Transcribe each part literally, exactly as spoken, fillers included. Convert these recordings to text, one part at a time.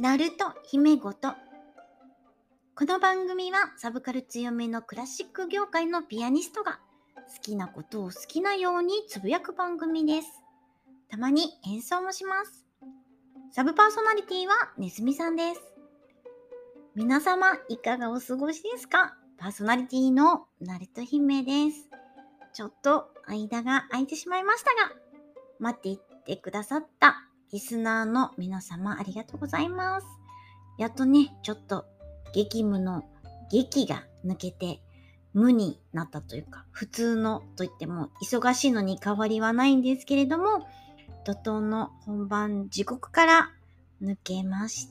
ナルト姫ごと。この番組はサブカル強めのクラシック業界のピアニストが好きなことを好きなようにつぶやく番組です。たまに演奏もします。サブパーソナリティはねずみさんです。皆様いかがお過ごしですか？パーソナリティのナルト姫です。ちょっと間が空いてしまいましたが、待っていてくださったリスナーの皆様ありがとうございます。やっとね、ちょっと激務の激が抜けて無になったというか、普通のといっても忙しいのに変わりはないんですけれども、怒涛の本番時刻から抜けました。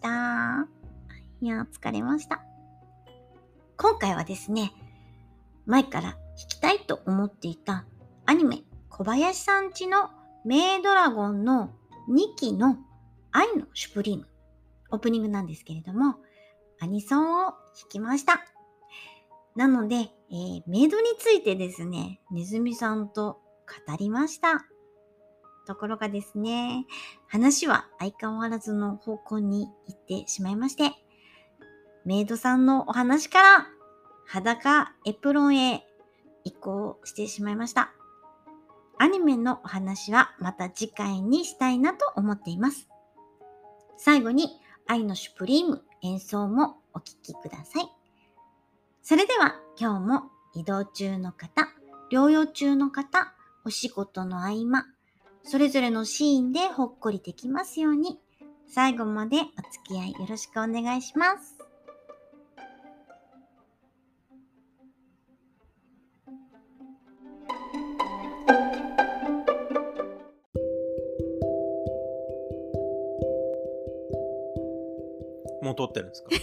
いや、疲れました。今回はですね、前から弾きたいと思っていたアニメ小林さんちのメイドラゴンのにきの愛のシュプリームオープニングなんですけれども、アニソンを弾きました。なので、えー、メイドについてですね、ねずみさんと語りました。ところがですね、話は相変わらずの方向に行ってしまいまして、メイドさんのお話から裸エプロンへ移行してしまいました。アニメのお話はまた次回にしたいなと思っています。最後に愛のシュプリーム演奏もお聴きください。それでは今日も移動中の方、療養中の方、お仕事の合間、それぞれのシーンでほっこりできますように、最後までお付き合いよろしくお願いします。 もう撮ってるんですか？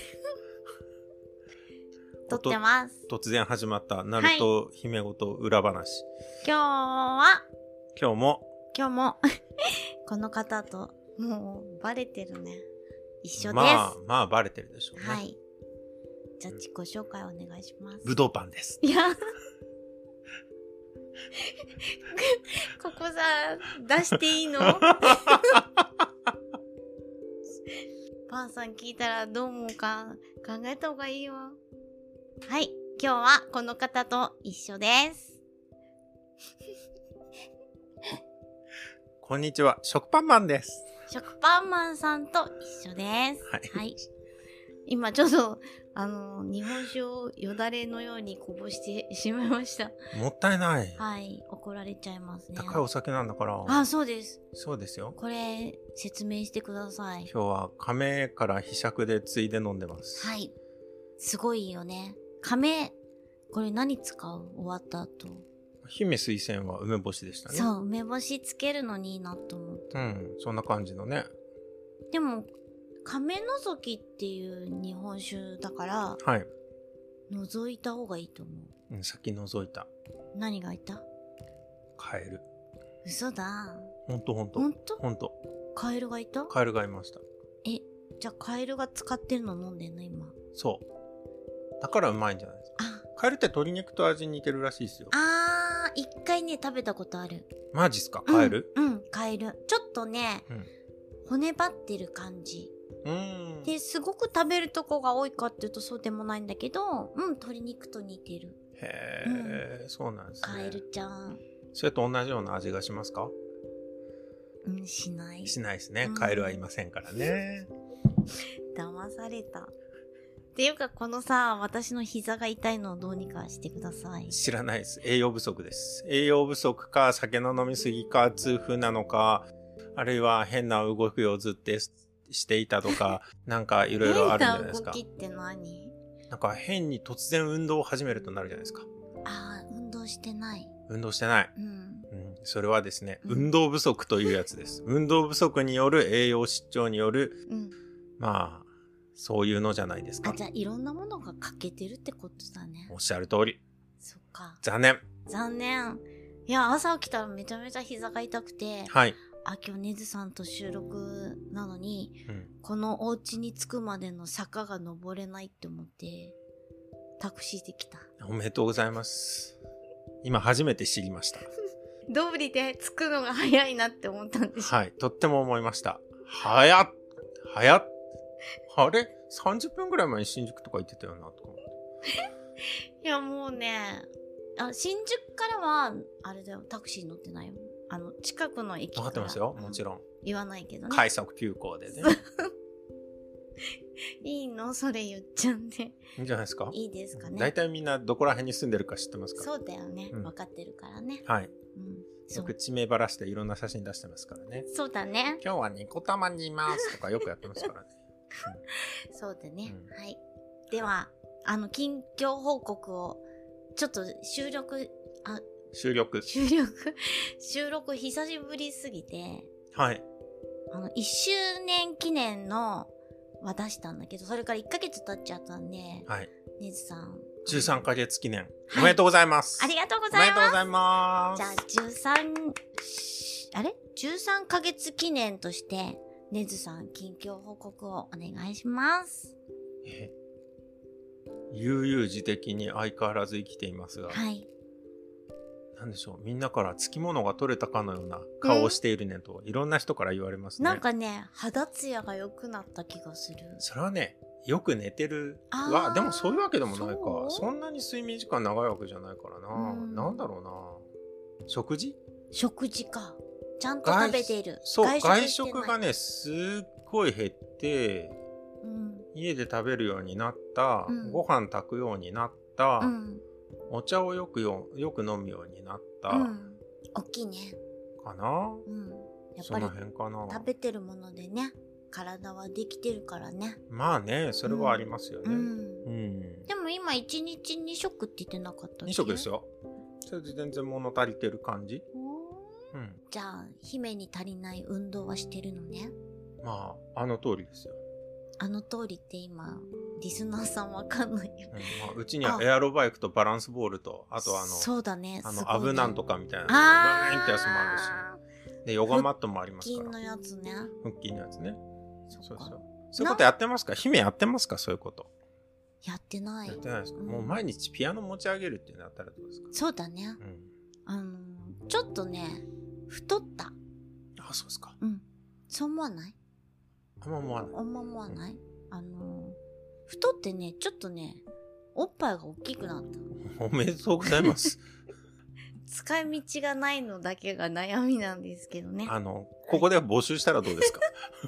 撮ってます。 突然始まったナルト姫ごと裏話、はい、 今日は今日も今日もこの方ともうバレてるね。一緒です。 まあまあバレてるでしょうね。 はい。じゃあ自己紹介お願いします。 ぶどうパンです。 いやここさ出していいの？パンさん聞いたらどう思うか考えた方がいいよ。はい、今日はこの方と一緒です。 こんにちは、食パンマンです。 食パンマンさんと一緒です。 はい。 はい、今ちょっとあの日本酒をよだれのようにこぼしてしまいました。 もったいない。 はい、怒られちゃいますね。 高いお酒なんだから。 あ、そうです。 そうですよ。 これ説明してください。 今日は亀からひしゃくでついで飲んでます。 はい。すごいよね。亀、これ何使う？終わった後。 姫水仙は梅干しでしたね。 そう、梅干しつけるのにいいなと思って。 うん、そんな感じのね。 でも亀のぞきっていう日本酒だから、 はい。 覗いた方がいいと思う。 うん、さっき覗いた。 何がいた？ カエル。 嘘だ。 ほんとほんと。 ほんと？ ほんと。 カエルがいた？ カエルがいました。 え、じゃあカエルが使ってるの飲んでんの今？ そう。だからうまいんじゃないですか。 あ、 カエルって鶏肉と味似てるらしいですよ。 あー、一回ね食べたことある。 マジっすか？カエル？ うん、うん、カエル。ちょっとね、 うん、 骨張ってる感じ。 うーん。 ですごく食べるとこが多いかっていうとそうでもないんだけど、うん、鶏肉と似てる。 へー、うん、そうなんですね。 カエルちゃん。 それと同じような味がしますか？ うん、しない。 しないですね。 うん、 カエルはいませんからね。 騙された。っていうかこのさ、私の膝が痛いのをどうにかしてください。 知らないです。栄養不足です。栄養不足か、酒の飲みすぎか、痛風なのか、あるいは変な動きをずっとしていたとか、なんかいろいろあるんじゃないですか。 変な動きって何？ なんか変に突然運動を始めるとなるじゃないですか。 ああ、運動してない。 運動してない。 うん。 うん、それはですね、 うん、 運動不足というやつです。運動不足による栄養失調による、うん、まあ、そういうのじゃないですか。 あ、じゃあいろんなものが欠けてるってことだね。 おっしゃる通り。 そっか。 残念。 残念。いや、朝起きたらめちゃめちゃ膝が痛くて。 はい。 あ、今日ねずさんと収録なのに、 うん、 このお家に着くまでの坂が登れないって思って、タクシーで来た。 おめでとうございます。今初めて知りました。 ドブリで着くのが早いなって思ったんです。 はい。とっても思いました。早っ早っあれ ?さんじゅっぷんぐらい前に新宿とか行ってたよな、とか思って。 いや、もうね、あ、新宿からは、あれだよ、タクシー乗ってないよ。あの、近くの駅から。 分かってますよ、もちろん。 言わないけどね。 快速急行でね。 いいのそれ言っちゃうんで。 いいんじゃないですか。 いいですかね。 大体みんなどこら辺に住んでるか知ってますか。 そうだよね。 うん、 分かってるからね。 はい。 うん、 よく地名ばらしていろんな写真出してますからね。 そうだね。 今日はニコタマにいますとかよくやってますからね。 うん、そうだね、 うん。 はい。では、あの、近況報告を、ちょっと収録、あ、 収録。 収録収録久しぶりすぎて、 はい。 あの、いっしゅうねん記念のは出したんだけど、それからいっかげつ経っちゃったんで、 はい。 ねずさん。 じゅうさんかげつ記念、 はい。 おめでとうございます。 ありがとうございます。 おめでとうございます。 じゃあ、じゅうさん、あれ ?じゅうさん ヶ月記念として、ねずさん近況報告をお願いします。 え悠々自適に相変わらず生きていますが、 はい。 なんでしょう、みんなからつきものが取れたかのような顔をしているねと、いろんな人から言われますね。 なんかね、肌ツヤが良くなった気がする。 それはね、よく寝てるは、でもそういうわけでもないか。 そ, そんなに睡眠時間長いわけじゃないからな。んなんだろうな。食事食事か。ちゃんと食べている。 そう、外 食, 外食がね、すっごい減って、うん、家で食べるようになった、うん、ご飯炊くようになった、うん、お茶をよくよよく飲むようになった。うん、 大きいね。 かな、 うん、やっぱりその辺かな。 食べてるものでね、体はできてるからね。 まあね、それはありますよね。うんうん、でも今いちにちに食って言ってなかったっけ？ に食ですよ。それで全然物足りてる感じ。 うん、じゃあ姫に足りない運動はしてるのね。 まああの通りですよ。 あの通りって今リスナーさんわかんないよ、 うんまあ、うちにはエアロバイクとバランスボールと、あとあのそうだね、 あのアブなんとかみたいなブーンってやつもあるし、でヨガマットもありますから。 腹筋のやつね。 腹筋のやつね。 そそうそう。そういうことやってますか？姫やってますか？そういうこと。 やってない。 やってないですか？うん、もう毎日ピアノ持ち上げるっていうのやったらどうですか？ そうだね。うん、あのー、ちょっとね太った。 あ、そうですか。 うん。そう思わない？ あんま思わない。 あんま思わない？うん、あのー、太ってね、ちょっとね、おっぱいが大きくなった。 おめでとうございます。 使い道がないのだけが悩みなんですけどね。 あの、ここで募集したらどうですか？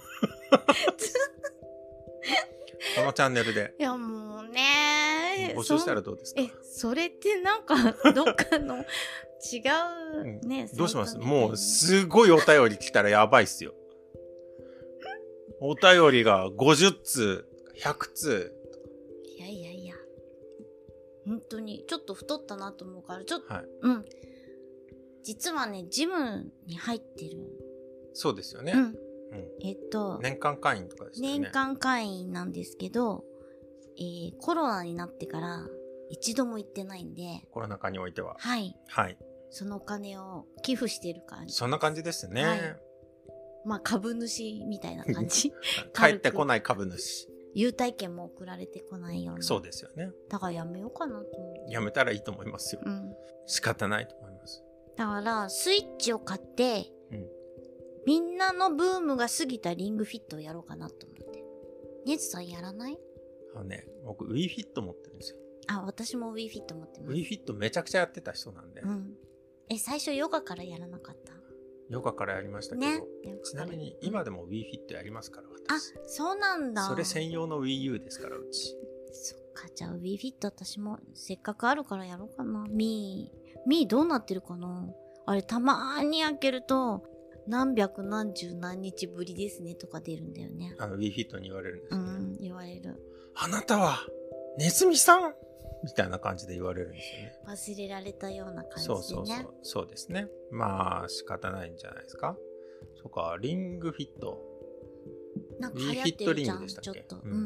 このチャンネルで。 いやもうね募集したらどうですか？ え、それってなんか、どっかの違うね、 うん、どうします？もう、すごいお便り来たらやばいっすよ。お便りがごじゅっつう、ひゃくつう。 いやいやいや。本当に、ちょっと太ったなと思うから、ちょっと、 はい、 うん。実はね、ジムに入ってる。 そうですよね。 うん。うん、えっと、 年間会員とかですね。 年間会員なんですけど、えー、コロナになってから一度も行ってないんで。 コロナ禍においては。 はい。 はい。 そのお金を寄付してる感じ。 そんな感じですね。はい、 まあ株主みたいな感じ。 帰ってこない株主。 優待券も送られてこないような。 そうですよね。 だからやめようかなと思って。 やめたらいいと思いますよ。うん。仕方ないと思います。 だからスイッチを買って、うん、みんなのブームが過ぎたリングフィットをやろうかなと思って。ネズさんやらない？ あのね、僕 Wii Fit 持ってるんですよ。 あ、私も Wii Fit 持ってます。 Wii Fit めちゃくちゃやってた人なんで。 うん。え、最初ヨガからやらなかった？ ヨガからやりましたけど、 ね、 ちなみに今でも Wii Fit やりますから、私。 あ、そうなんだ。 それ専用の Wii U ですから、うち。 そっか、じゃあ Wii Fit 私もせっかくあるからやろうかな。ミー、ミーどうなってるかな？あれたまーに開けると、何百何十何日ぶりですねとか出るんだよね。 あの Wii Fit に言われるんですよね。 うん、言われる。 あなたは、ネズミさんみたいな感じで言われるんですよね。 忘れられたような感じでね。 そうそうそう。そうですね。まあ、仕方ないんじゃないですか。そうか、リングフィット。 なんか流行ってるじゃん、ちょっと。うんうん。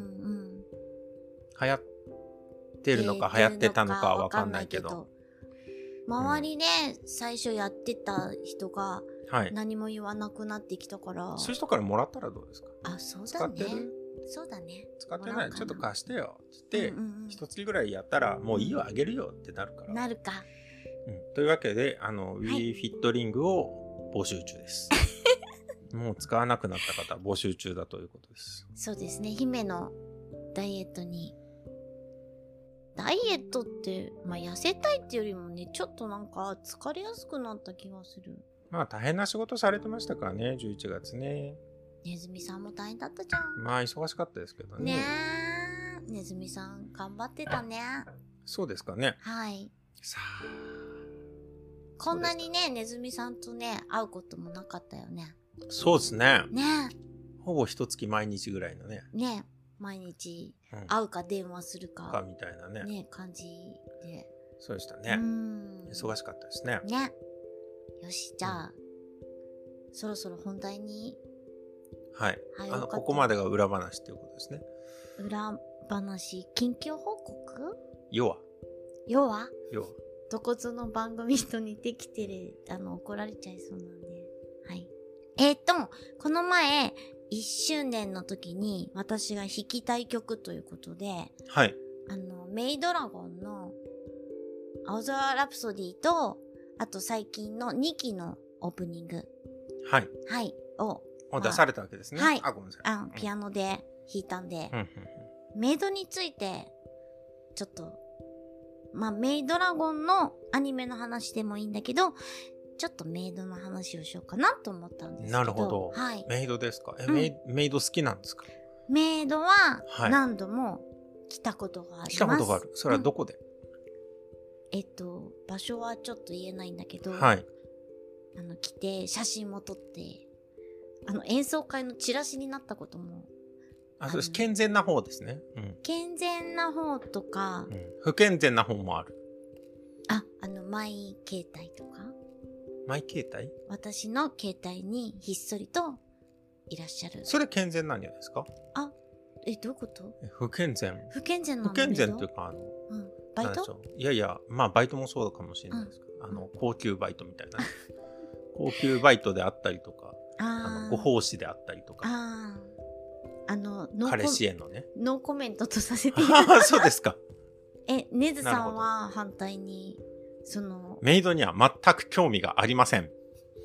流行ってるのか流行ってたのかわかんないけど。 周りで最初やってた人が何も言わなくなってきたから。 そういう人からもらったらどうですか？ あ、そうだね。 使ってる？ そうだね。 使ってない？ちょっと貸してよ。つって、一月ぐらいやったら、もういいよ、あげるよってなるから。 なるか。 うん。というわけで、あの、Wii Fit リングを募集中です。 もう使わなくなった方募集中だということです。 そうですね。姫のダイエットに。ダイエットって、まあ痩せたいっていうよりもね、ちょっとなんか疲れやすくなった気がする。 まあ大変な仕事されてましたからね、じゅういちがつね。 ねずみさんも大変だったじゃん。 まあ忙しかったですけどね。 ねえ。ねずみさん頑張ってたね。 そうですかね。 はい。 さあ。 こんなにね、ねずみさんとね、会うこともなかったよね。 そうですね。 ねほぼ一月毎日ぐらいのね。 ね毎日会うか電話するか。 かみたいなね。 ね感じで。 そうでしたね。忙しかったですね。 ね。よし、じゃあ、うん、そろそろ本題に。 はい。あの、ここまでが裏話っていうことですね。 裏話、近況報告？ 要は。 要は？ 要は。 どこぞの番組と似てきてる、あの、怒られちゃいそうなんで。はい。えー、っと、この前、いっしゅうねんの時に私が弾きたい曲ということで、 はい。 あの、メイドラゴンの青空ラプソディと、あと最近のにきのオープニング。 はい。 はい。を。 を出されたわけですね。 はい。 あ、ごめんなさい。 あ、ピアノで弾いたんで、 うんうんうん、メイドについて、ちょっと、まあ、メイドラゴンのアニメの話でもいいんだけど、ちょっとメイドの話をしようかなと思ったんですけど。 なるほど。 はい。 メイドですか。え、うん、メイ、メイド好きなんですか？ メイドは何度も来たことがあります。 来たことがある。それはどこで？うん、 えっと、場所はちょっと言えないんだけど、 はい。 あの、来て、写真も撮って、あの、演奏会のチラシになったことも。 あ、そうです。健全な方ですね。 うん。健全な方とか、 うん、不健全な方もある。 あ、あの、マイ携帯とか。 マイ携帯？ 私の携帯にひっそりといらっしゃる。 それ健全なんじゃないですか？ あ、え、どういうこと？ 不健全。 不健全なんだ。不健全っていうか、あの、 うん、バイト？ いやいや、まあバイトもそうかもしれないですけど、うん、あの、高級バイトみたいな、ね。高級バイトであったりとか、あのご奉仕であったりとか。 ああの、ノー彼氏へのね。 ノーコメントとさせていただきます。 そうですか。 え、ねずさんは反対に、その。 メイドには全く興味がありません。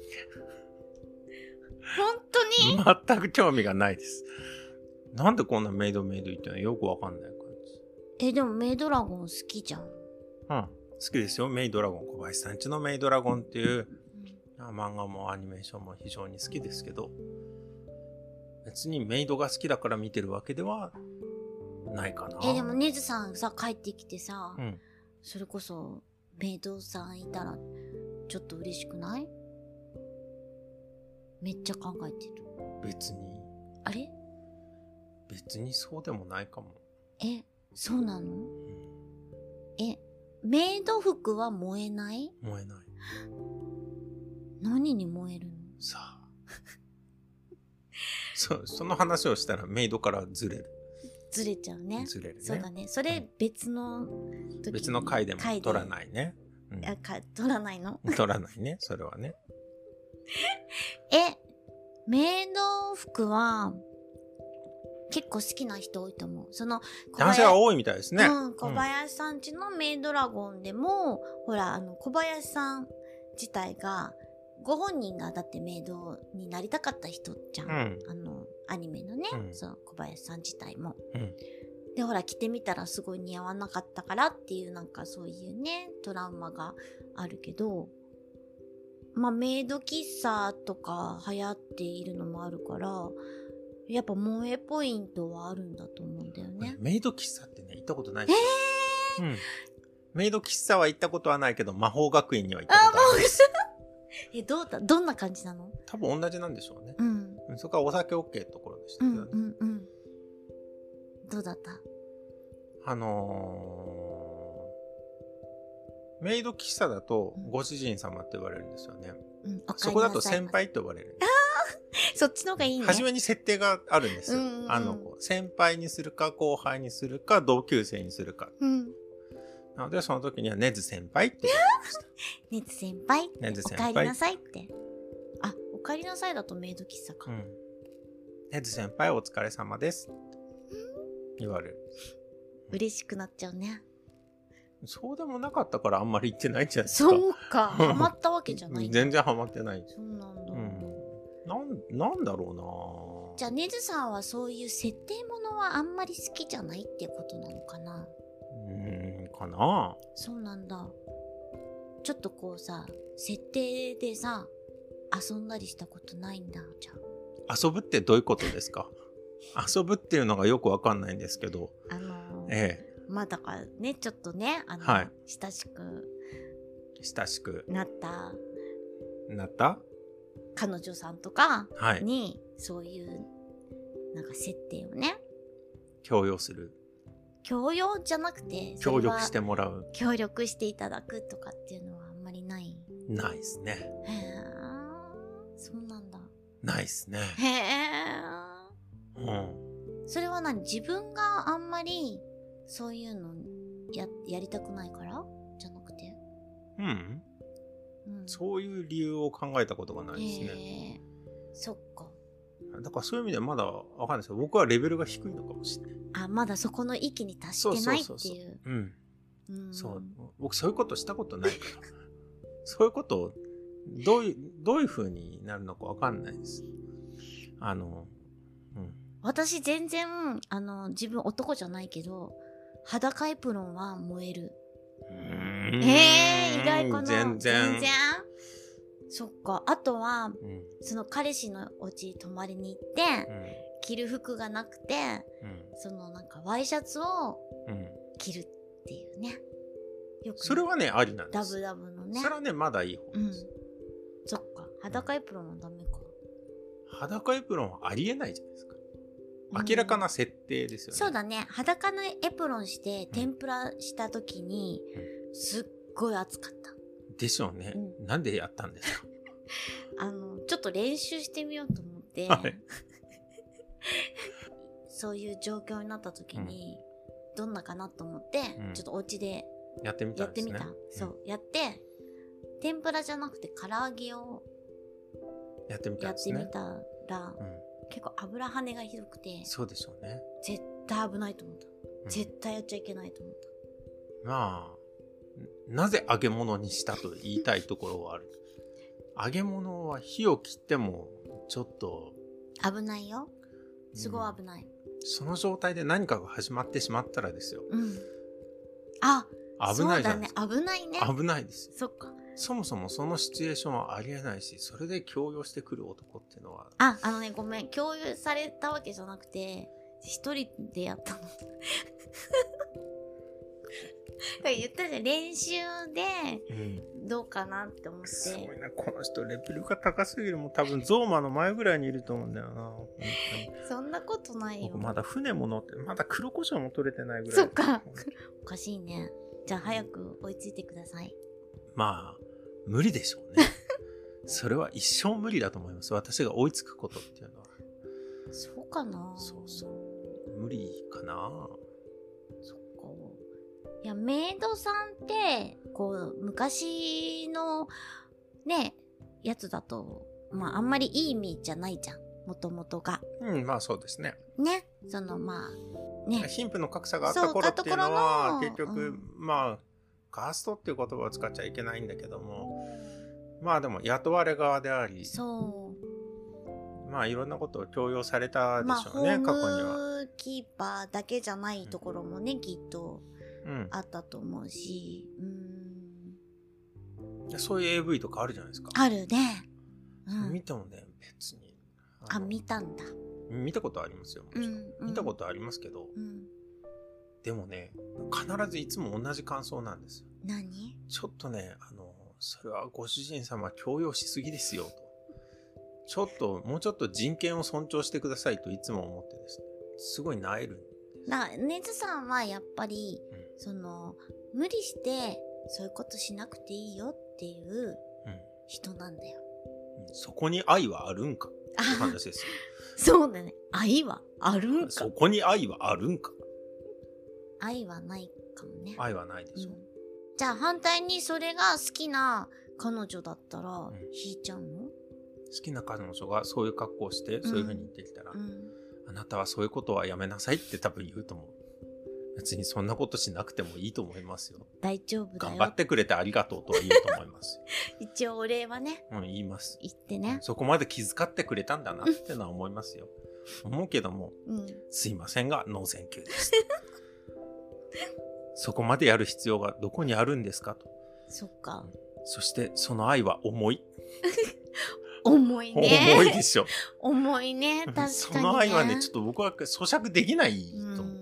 本当に？ 全く興味がないです。なんでこんなメイドメイド言ってるのよくわかんない感じ。え、でもメイドラゴン好きじゃん。 うん。好きですよ。メイドラゴン。小林さんちのメイドラゴンっていう、うん、漫画もアニメーションも非常に好きですけど、別にメイドが好きだから見てるわけではないかな。 え、でもねずさんさ、帰ってきてさ、 うん、 それこそメイドさんいたらちょっと嬉しくない？めっちゃ考えてる。 別に。 あれ？ 別にそうでもないかも。 え、そうなの？うん、え、メイド服は燃えない？ 燃えない。 何に燃えるの？ さあ。そう、その話をしたらメイドからずれる。 ずれちゃうね。 ずれるね。 そうだね。それ別の時に別の回でも取らないね。 うん、あか取らないの？ 取らないね。それはね。 え、メイド服は結構好きな人多いと思う。その男性は多いみたいですね。 うん、小林さんちのメイドラゴンでも、うん、ほらあの小林さん自体がご本人がだってメイドになりたかった人じゃん。うん、あのアニメのね、うん、そう小林さん自体も。うん、でほら着てみたらすごい似合わなかったからっていうなんかそういうねトラウマがあるけど、まあメイド喫茶とか流行っているのもあるから、やっぱ萌えポイントはあるんだと思うんだよね。 メイド喫茶ってね行ったことないです。えー、うん。メイド喫茶は行ったことはないけど魔法学院には行ったことある。 え、どうだ、どんな感じなの？ 多分同じなんでしょうね。 うん。 そこはお酒 OK ところでしたけどね。 うんうんうん。どうだった？ あのー、メイド喫茶だとご主人様って言われるんですよね。うん、そこだと先輩って呼ばれる。 ああ、そっちの方がいいね。 初めに設定があるんですよ。うんうん、あの、先輩にするか後輩にするか同級生にするか。うん。なので、その時には、ねず先輩って言われました。 ねず先輩ねず先輩。お帰りなさいって。あ、お帰りなさいだとメイド喫茶か。うん。 ねず先輩お疲れ様です。言われる。 嬉しくなっちゃうね。 そうでもなかったからあんまり言ってないんじゃないですか。そうか。ハマったわけじゃない。 全然ハマってない。 そうなんだ。 うん。なんん、なんだろうな。 じゃあねずさんはそういう設定ものはあんまり好きじゃないっていうことなのかな。 うーん、かな。 そうなんだ。ちょっとこうさ、設定でさ、遊んだりしたことないんだ。じゃあ。遊ぶってどういうことですか？遊ぶっていうのがよくわかんないんですけど。 あのー、 ええ。 まあだからね、ちょっとね、あの、 はい、 親しく親しくなったなった彼女さんとかに、 はい、 そういうなんか設定をね、 強要する。 強要じゃなくて、 協力してもらう。 協力していただくとかっていうのはあんまりない。 ないですね。 へえ、そうなんだ。 ないですね。 へえ。 うん。 それは何？自分があんまりそういうのややりたくないからじゃなくて？ うん。うん、そういう理由を考えたことがないですね。 へえ。そっか。 だからそういう意味ではまだわかんないですよ。僕はレベルが低いのかもしれない。 あ、まだそこの域に達してないっていう。 うん。うん、そう。僕そういうことしたことないから。そういうことをどういうどういう風になるのかわかんないです。あの、うん。 私全然あの自分男じゃないけど裸エプロンは燃える。 うーん。 えー、意外かな。 全然。 全然。そっか。あとは、 うん、 その彼氏のお家泊まりに行って、うん、着る服がなくて、うん、そのなんかワイシャツを着るっていうね。 よくね、それはね、ありなんです。 ダブダブのね。 それはね、まだいい方です。 うん、そっか。裸エプロンはダメか。 裸エプロンはありえないじゃないですか。明らかな設定ですよね。 うん、そうだね。裸のエプロンして天ぷらした時に、うん、すっごい暑かった。 でしょうね。うん、なんでやったんですか？ あの、ちょっと練習してみようと思って、はい、そういう状況になった時に、うん、どんなかなと思って、うん、ちょっとお家でやってみたんですね。 やってみた。そう、うん、やって、天ぷらじゃなくて唐揚げをやってみたんですね。 やってみたら、うん、結構油跳ねがひどくて、 そうでしょうね。 絶対危ないと思った。うん、絶対やっちゃいけないと思った。 まあ、なぜ揚げ物にしたと言いたいところはある。揚げ物は火を切ってもちょっと危ないよ。すごい危ない、うん。 その状態で何かが始まってしまったらですよ。 うん。あ、 危ないじゃないですか。 そうだね。危ないね。 危ないですよ。 そっか。 そもそもそのシチュエーションはありえないし、それで強要してくる男っていうのは。 あ、あのね、ごめん。共有されたわけじゃなくて、一人でやったの。言ったじゃん、練習でどうかなって思って、うん、 すごいな、この人レベルが高すぎる。もう多分ゾーマの前ぐらいにいると思うんだよな。 そんなことないよ。 僕まだ船も乗って、まだ黒胡椒も取れてないぐらい。 そっか。おかしいね。じゃあ早く追いついてください。 まあ無理でしょうね。それは一生無理だと思います。私が追いつくことっていうのは。 そうかな。 そうそう無理かな。 そっか。いや、メイドさんって、こう、昔の、ね、やつだと、まあ、あんまりいい意味じゃないじゃん。もともとが。 うん、まあそうですね。 ね。その、まあ、ね。 貧富の格差があった頃っていうのは、結局、うん、まあ、カーストっていう言葉を使っちゃいけないんだけども、まあでも、雇われ側であり、 そう。 まあ、いろんなことを強要されたでしょうね、 まあ、 過去には。 ホームキーパーだけじゃないところもね、うん、きっと。うん、あったと思うし、うーん、そういう エーブイ とかあるじゃないですか。 あるね。 うん、見てもね、別に。 あ、あ、見たんだ。 見たことありますよ。もちろん、うんうん、見たことありますけど、うん、でもね、必ずいつも同じ感想なんですよ。 何？ ちょっとね、あの、それはご主人様強要しすぎですよと。ちょっと、もうちょっと人権を尊重してくださいといつも思ってですね、すごい萎えるんです。 な、ねずさんはやっぱり、うん、その、無理してそういうことしなくていいよっていう人なんだよ。 うん、そこに愛はあるんかって話ですよ。 そうだね。愛はあるんか。 そこに愛はあるんか。 愛はないかもね。 愛はないでしょ。うん、 じゃあ反対にそれが好きな彼女だったら、うん、引いちゃうの？ 好きな彼女がそういう格好をして、そういう風に言ってきたら、うん、あなたはそういうことはやめなさいって多分言うと思う。 別にそんなことしなくてもいいと思いますよ。 大丈夫だよ。 頑張ってくれてありがとうとは言うと思います一応お礼はね。 うん、言います。 言ってね。 そこまで気遣ってくれたんだなってのは思いますよ。思うけども、 うん、 すいませんが、ノーセンキューです。そこまでやる必要がどこにあるんですかと。 そっか。 そしてその愛は重い。 重いね。 重いでしょ。 重いね。確かに、ね。 その愛はね、ちょっと僕は咀嚼できないと思う。 うんうん、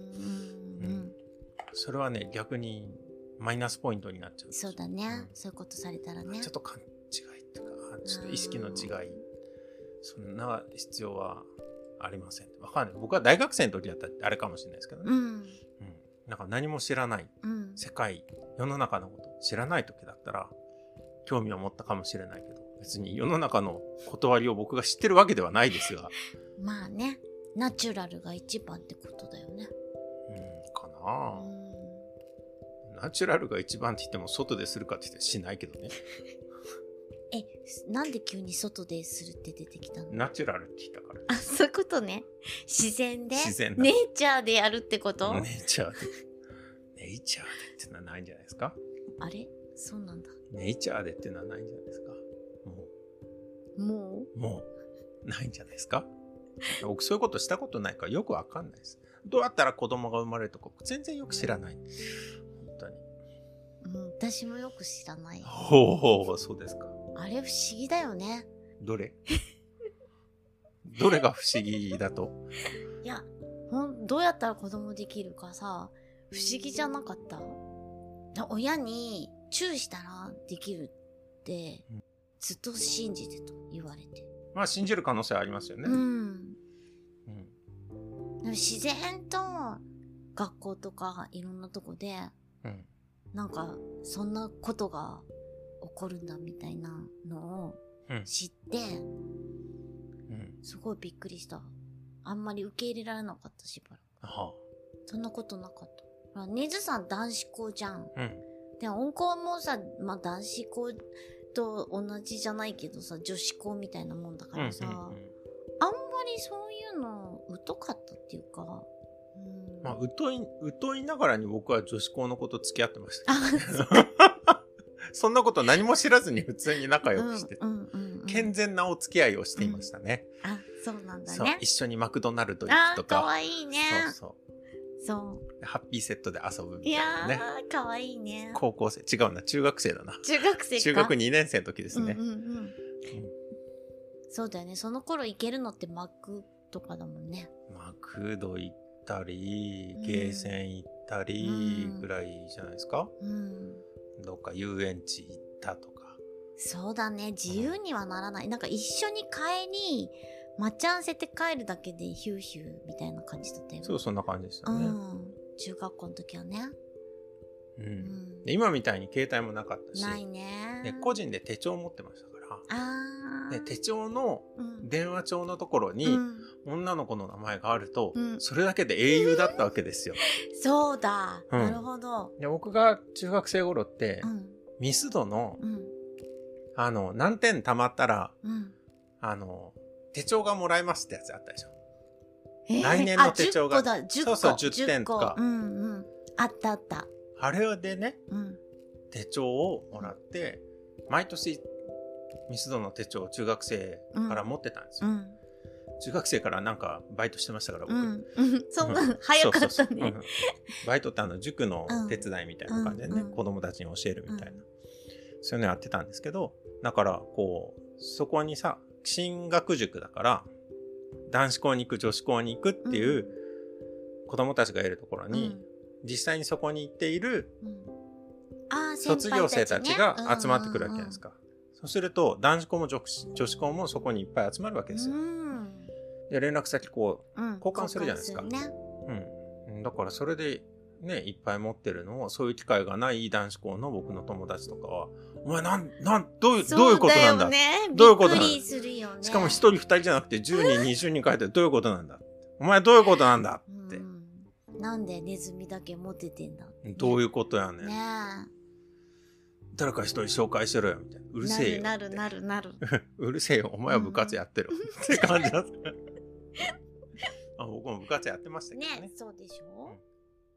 それはね、逆にマイナスポイントになっちゃう。 そうだね、うん。そういうことされたらね。 ちょっと勘違いっていうか、ちょっと意識の違い、そんな必要はありません。わかんない。僕は大学生の時だったらあれかもしれないですけどね。 うん。うん、 なんか何も知らない、うん、世界、世の中のこと知らない時だったら興味を持ったかもしれないけど、別に世の中の断りを僕が知ってるわけではないですが。 まあね、ナチュラルが一番ってことだよね。 うん、かな、うん、ナチュラルが一番って言っても外でするかって言ってしないけどね。 え、なんで急に外でするって出てきたの？ ナチュラルって言ったから。 あ、そういうことね。自然で自然ネイチャーでやるってこと？ ネイチャーで。ネイチャーでってのはないんじゃないですか？ あれ？そうなんだ。 ネイチャーでっていうのはないんじゃないですか？もう。もうもう、ないんじゃないですか？僕そういうことしたことないからよくわかんないです。どうやったら子供が生まれるとか全然よく知らない。本当に。 うん、私もよく知らない。 ほう、そうですか。 あれ不思議だよね。 どれどれが不思議だと？ いや、ほん、どうやったら子供できるかさ、不思議じゃなかった？親にチューしたらできるって、うん、ずっと信じてと言われて。 まあ信じる可能性はありますよね。 うん。うん、でも自然と学校とかいろんなとこで、うん、なんかそんなことが起こるんだみたいなのを知って、うん、すごいびっくりした。あんまり受け入れられなかったしばらく。はあ、そんなことなかった。ネズさん男子校じゃん。うん、で音校もさ、まあ、男子校と同じじゃないけどさ、女子校みたいなもんだからさ、うんうんうん、あんまりそういうの疎かったっていうか、 うん、まあ疎い疎いながらに僕は女子校の子と付き合ってました、ね。そんなこと何も知らずに普通に仲良くしてて、うんうんうんうん、健全なお付き合いをしていましたね。 うん、あ、そうなんだね。 そう、一緒にマクドナルド行くとか。 あ、かわいいね。 そうそう。 そう。 ハッピーセットで遊ぶみたいなね。いやー、かわいいね。 高校生、違うな、中学生だな。 中学生か。 中学にねん生の時ですね。うんうんうんうん、そうだよね。その頃行けるのってマックとかだもんね。 マクド行ったり、ゲーセン行ったりぐらいじゃないですか。うん。どっか遊園地行ったとか。 そうだね。自由にはならない。うん、なんか一緒に帰り、待ち合わせて帰るだけでヒューヒューみたいな感じだったよね。 そう、そんな感じですよね。 うん。中学校の時はね。 うん。うん、で今みたいに携帯もなかったし。 ないね。 で個人で手帳を持ってましたから。 あで手帳の電話帳のところに、うん、女の子の名前があると、うん、それだけで英雄だったわけですよ。 そうだ、うん。なるほど。 で僕が中学生頃って、うん、ミスドの、うん、あの、何点貯まったら、うん、あの、手帳がもらえますってやつあったでしょ。えー、来年の手帳が。 あ、じゅっこだ、じゅっこ。 そうそう、じゅってんとか。 うんうん。あったあった。 あれでね、うん、手帳をもらって、毎年、ミスドの手帳を中学生から持ってたんですよ。うん、中学生からなんかバイトしてましたから、僕。 うん、そんな、うん、早かったね。 バイトってあの、塾の手伝いみたいな感じでね、うん、子供たちに教えるみたいな。うん、そういうのやってたんですけど、だから、こう、そこにさ、進学塾だから、男子校に行く、女子校に行くっていう子供たちがいるところに、うん、実際にそこに行っている、卒業生たちが集まってくるわけじゃないですか。そうすると、男子校も女子、女子校もそこにいっぱい集まるわけですよ。うん、で、連絡先こう、うん、交換するじゃないですか。ね、うん。だからそれで、ね、いっぱい持ってるのを、そういう機会がない男子校の僕の友達とかは、お前なん、なん、どういう、どういうことなんだ、 ね、 どういうことなんだ、 びっくりするよね、 しかも一人二人じゃなくてじゅうにん、にじゅうにん書いてどういうことなんだお前どういうことなんだって。 うん、なんでネズミだけ持ててんだって、ね、 どういうことやねん。 ねえ。 誰か一人紹介しろよみたいな。うるせえよ。 なるなるなるなる。うるせえよ。お前は部活やってる。うん、って感じだった。あ、僕も部活やってましたけどね。 ね、そうでしょ、